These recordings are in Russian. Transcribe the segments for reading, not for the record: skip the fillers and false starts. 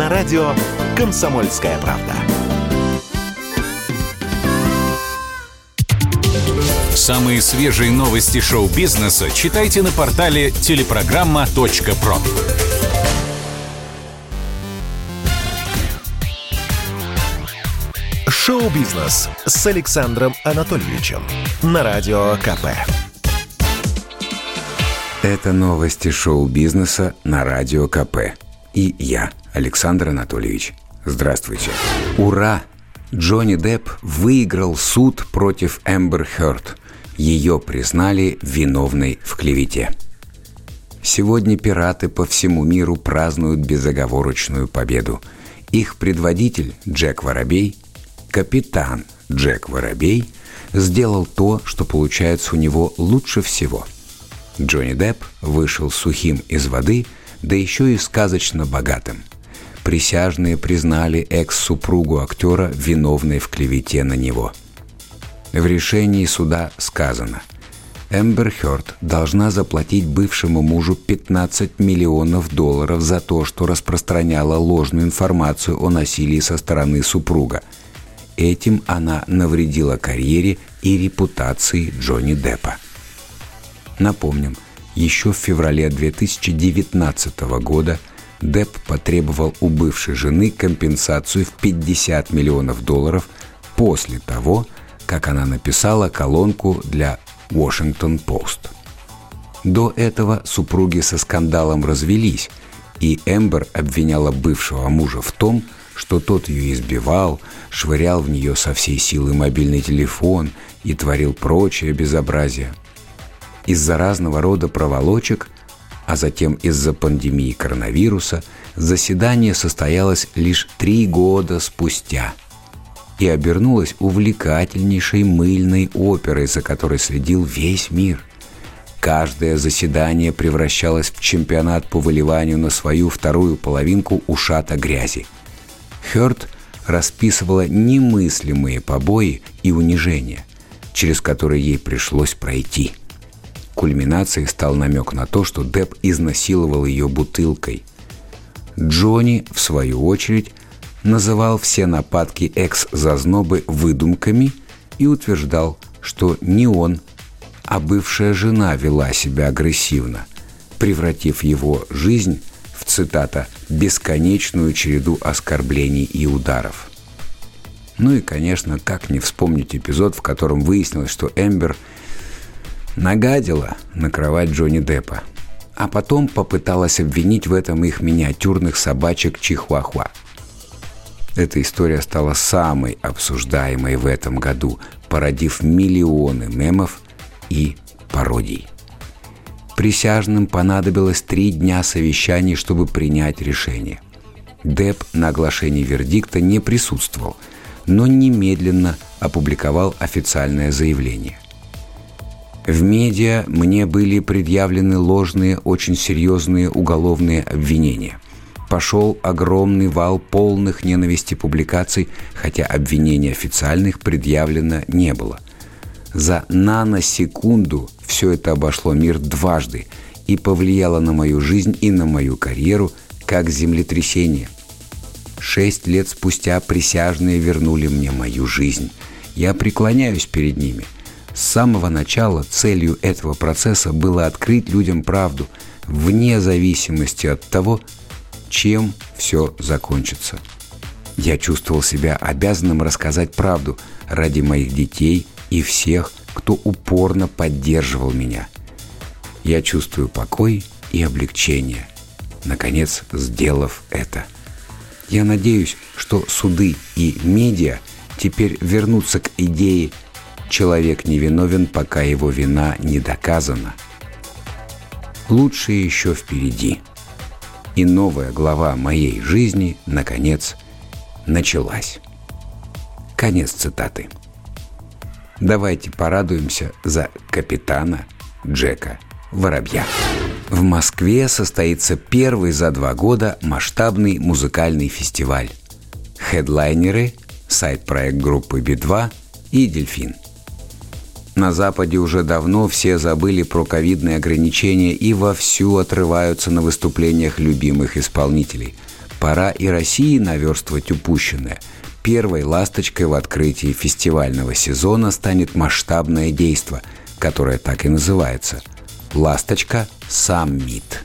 на радио «Комсомольская правда». Самые свежие новости шоу-бизнеса читайте на портале телепрограмма.про. Шоу-бизнес с Александром Анатольевичем на Радио КП. Это новости шоу-бизнеса на Радио КП. И я, Александр Анатольевич. Здравствуйте. Ура! Джонни Депп выиграл суд против Эмбер Хёрд. Ее признали виновной в клевете. Сегодня пираты по всему миру празднуют безоговорочную победу. Их предводитель Джек Воробей, капитан Джек Воробей, сделал то, что получается у него лучше всего. Джонни Депп вышел сухим из воды, да еще и сказочно богатым. Присяжные признали экс-супругу актера виновной в клевете на него. В решении суда сказано: Эмбер Хёрд должна заплатить бывшему мужу $15 миллионов за то, что распространяла ложную информацию о насилии со стороны супруга. Этим она навредила карьере и репутации Джонни Деппа. Напомним, еще в феврале 2019 года Депп потребовал у бывшей жены компенсацию в $50 миллионов после того, как она написала колонку для Washington Post. До этого супруги со скандалом развелись, и Эмбер обвиняла бывшего мужа в том, что тот ее избивал, швырял в нее со всей силы мобильный телефон и творил прочее безобразие. Из-за разного рода проволочек, а затем из-за пандемии коронавируса, заседание состоялось лишь 3 года спустя и обернулось увлекательнейшей мыльной оперой, за которой следил весь мир. Каждое заседание превращалось в чемпионат по выливанию на свою вторую половинку ушата грязи. Хёрд расписывала немыслимые побои и унижения, через которые ей пришлось пройти. Кульминацией стал намек на то, что Депп изнасиловал ее бутылкой. Джонни, в свою очередь, называл все нападки экс-зазнобы выдумками и утверждал, что не он, а бывшая жена вела себя агрессивно, превратив его жизнь в, цитата, «бесконечную череду оскорблений и ударов». Ну и, конечно, как не вспомнить эпизод, в котором выяснилось, что Эмбер нагадила на кровать Джонни Деппа, а потом попыталась обвинить в этом их миниатюрных собачек Чихуахуа. Эта история стала самой обсуждаемой в этом году, породив миллионы мемов и пародий. Присяжным понадобилось 3 дня совещаний, чтобы принять решение. Депп на оглашении вердикта не присутствовал, но немедленно опубликовал официальное заявление. В медиа мне были предъявлены ложные, очень серьезные уголовные обвинения. Пошел огромный вал полных ненависти публикаций, хотя обвинений официальных предъявлено не было. За наносекунду все это обошло мир дважды и повлияло на мою жизнь и на мою карьеру как землетрясение. 6 лет спустя присяжные вернули мне мою жизнь. Я преклоняюсь перед ними. С самого начала целью этого процесса было открыть людям правду, вне зависимости от того, чем все закончится. Я чувствовал себя обязанным рассказать правду ради моих детей и всех, кто упорно поддерживал меня. Я чувствую покой и облегчение, наконец сделав это. Я надеюсь, что суды и медиа теперь вернутся к идее «человек невиновен, пока его вина не доказана». Лучшее еще впереди. И новая глава моей жизни, наконец, началась. Конец цитаты. Давайте порадуемся за капитана Джека Воробья. В Москве состоится первый за 2 года масштабный музыкальный фестиваль. Хедлайнеры – сайт-проект группы Би-2 и «Дельфин». На Западе уже давно все забыли про ковидные ограничения и вовсю отрываются на выступлениях любимых исполнителей. Пора и России наверстывать упущенное. Первой ласточкой в открытии фестивального сезона станет масштабное действо, которое так и называется – «Ласточка Саммит».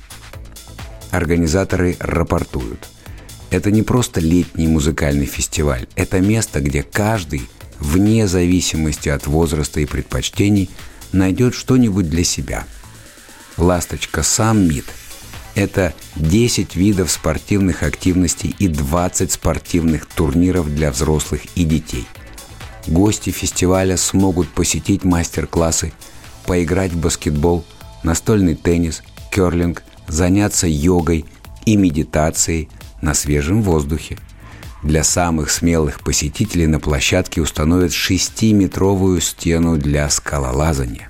Организаторы рапортуют. Это не просто летний музыкальный фестиваль. Это место, где каждый, вне зависимости от возраста и предпочтений, найдет что-нибудь для себя. «Ласточка Саммит» – это 10 видов спортивных активностей и 20 спортивных турниров для взрослых и детей. Гости фестиваля смогут посетить мастер-классы, поиграть в баскетбол, настольный теннис, керлинг, заняться йогой и медитацией на свежем воздухе. Для самых смелых посетителей на площадке установят 6-метровую стену для скалолазания.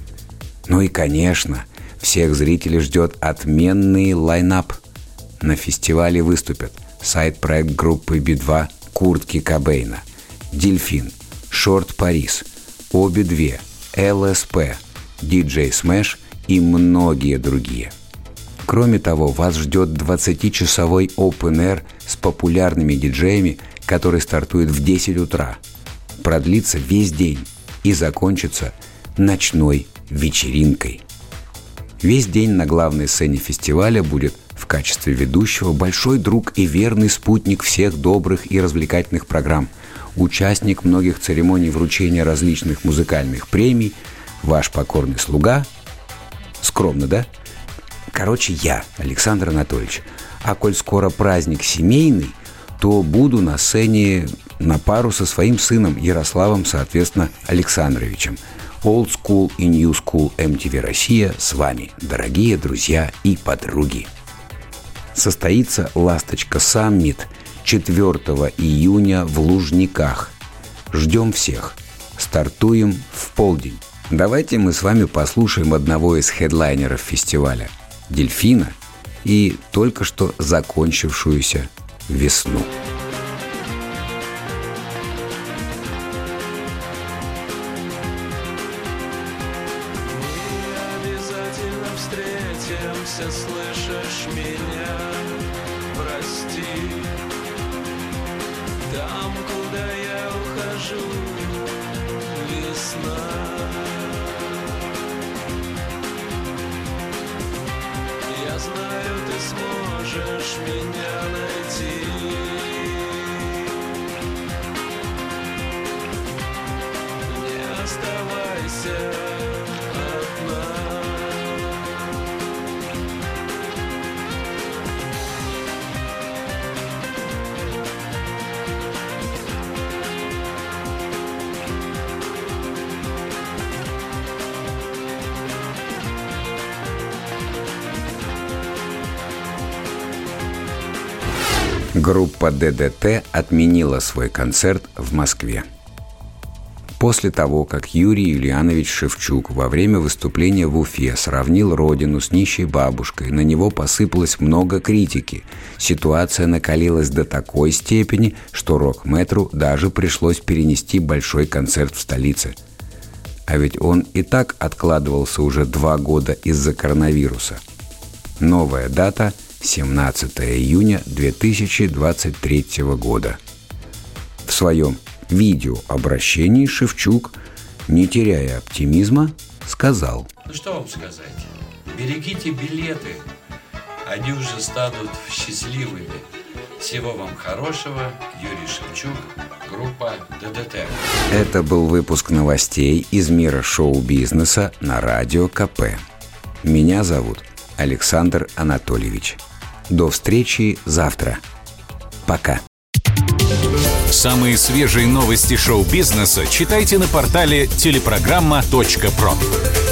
Ну и, конечно, всех зрителей ждет отменный лайнап. На фестивале выступят сайд-проект группы Би-2 Куртки Кобейна, Дельфин, Шорт Парис, Обе-2, ЛСП, DJ Smash и многие другие. Кроме того, вас ждет 20-часовой Open Air с популярными диджеями, который стартует в 10 утра, продлится весь день и закончится ночной вечеринкой. Весь день на главной сцене фестиваля будет в качестве ведущего большой друг и верный спутник всех добрых и развлекательных программ, участник многих церемоний вручения различных музыкальных премий, ваш покорный слуга. Скромно, да? Короче, я, Александр Анатольевич. А коль скоро праздник семейный, то буду на сцене на пару со своим сыном Ярославом, соответственно, Александровичем. Old School и New School MTV Россия с вами, дорогие друзья и подруги. Состоится «Ласточка Саммит» 4 июня в Лужниках. Ждем всех. Стартуем в полдень. Давайте мы с вами послушаем одного из хедлайнеров фестиваля – «Дельфина» и только что закончившуюся «Весну». Слышишь меня? Прости. Там, куда я ухожу, весна. Я знаю, ты сможешь меня найти. Не оставайся одна. Группа ДДТ отменила свой концерт в Москве. После того, как Юрий Юлианович Шевчук во время выступления в Уфе сравнил родину с нищей бабушкой, на него посыпалось много критики. Ситуация накалилась до такой степени, что рок-мэтру даже пришлось перенести большой концерт в столице. А ведь он и так откладывался уже 2 года из-за коронавируса. Новая дата – 17 июня 2023 года. В своем видеообращении Шевчук, не теряя оптимизма, сказал: Ну что вам сказать? Берегите билеты, они уже станут счастливыми. Всего вам хорошего. Юрий Шевчук, группа ДДТ. Это был выпуск новостей из мира шоу-бизнеса на Радио КП. Меня зовут Александр Анатольевич. До встречи завтра. Пока. Самые свежие новости шоу-бизнеса читайте на портале телепрограмма.про.